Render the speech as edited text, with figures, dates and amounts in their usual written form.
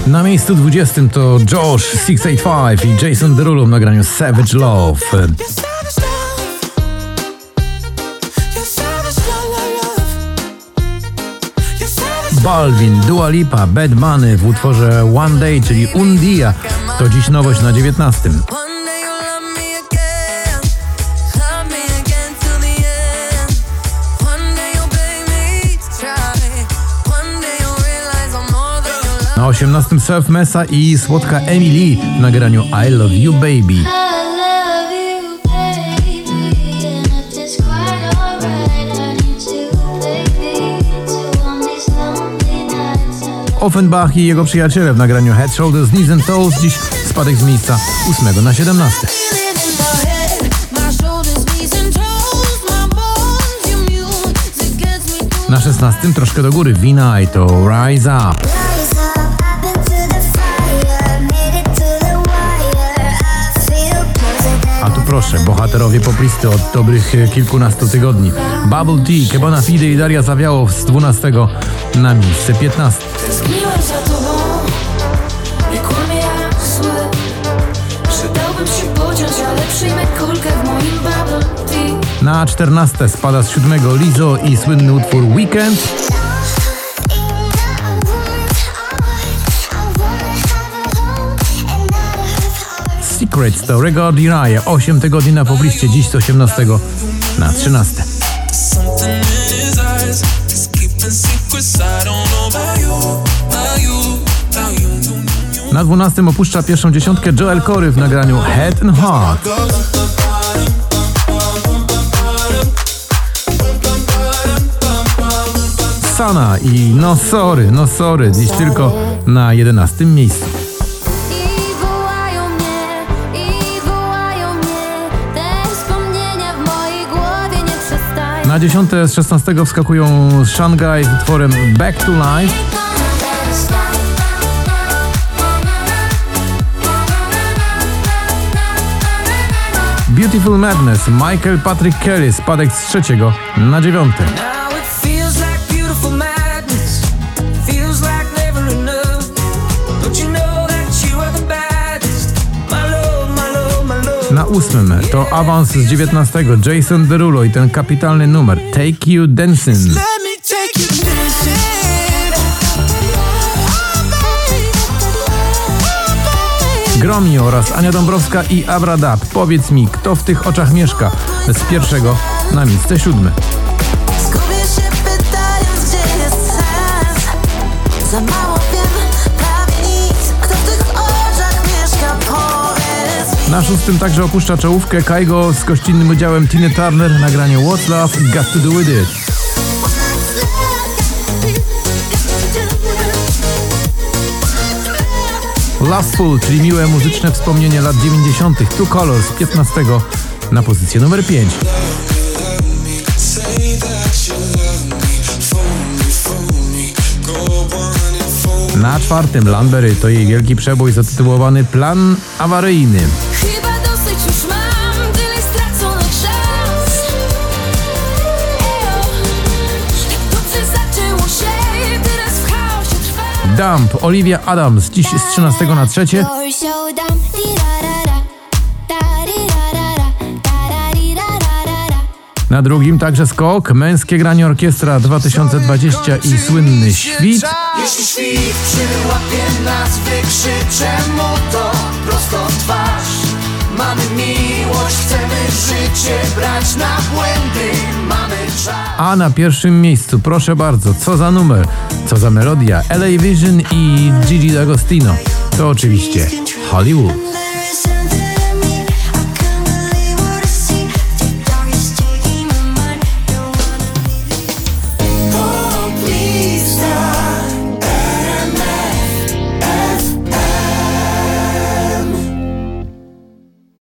Na miejscu 20 to Josh 685 i Jason Derulo w nagraniu Savage Love. Balvin, Dua Lipa, Bad Bunny w utworze One Day, czyli Un Dia. To dziś nowość na 19. Na 18 Surf Mesa i słodka Emily w nagraniu I Love You Baby. Offenbach i jego przyjaciele w nagraniu Head, Shoulders, Knees and Toes. Dziś spadek z miejsca 8 na 17. Na 16 troszkę do góry Wina i to Rise Up. A tu proszę, bohaterowie poplisty od dobrych kilkunastu tygodni. Bubble Tea, Kebona Fide i Daria Zawiałow z 12 na miejsce 15. Tęskniłem za tobą, nie kłamie jak zły. Przydałbym się pociąć, ale przyjmę kulkę w moim Bubble Tea. Na 14 spada z 7 Lizzo i słynny utwór Weekend. Secrets to Regard Raya, 8 tygodni na pobliście, dziś z 18 na 13. Na 12 opuszcza pierwszą dziesiątkę Joel Corey w nagraniu Head and Heart. Sana i No Sorry, dziś tylko na 11 miejscu. Na 10 z 16 wskakują Shanghai z utworem Back to Life. Beautiful Madness, Michael Patrick Kelly, spadek z 3 na 9. Na 8 to awans z 19 Jason Derulo i ten kapitalny numer Take You Dancing. Gromi oraz Ania Dąbrowska i Abradab. Powiedz mi, kto w tych oczach mieszka? Z 1 na miejsce 7. Zgubię się pytając, gdzie jest sens. Za mało wiem, prawie nic. Kto w tych oczach mieszka? Powiedz mi. Na 6 także opuszcza czołówkę Kygo z gościnnym udziałem Tina Turner w nagraniu What's Love Got to Do With It. Loveful, czyli miłe muzyczne wspomnienie lat 90. Two Colors z 15 na pozycję numer 5. Na 4 Lanbery to jej wielki przebój zatytułowany Plan Awaryjny. Chyba dosyć już mam tyle straconych szans. Dobrze zaczęło się, teraz w chaosie trwa. Dump, Olivia Adams, dziś z 13 na 3. Na 2 także skok, męskie granie orkiestra 2020 i słynny Świt. Jeśli świt przyłapie nas, wykrzyczę mu to prosto w twarz. Mamy miłość, chcemy życie brać na błędy, mamy czas. A na pierwszym miejscu, proszę bardzo, co za numer, co za melodia, LA Vision i Gigi D'Agostino. To oczywiście Hollywood.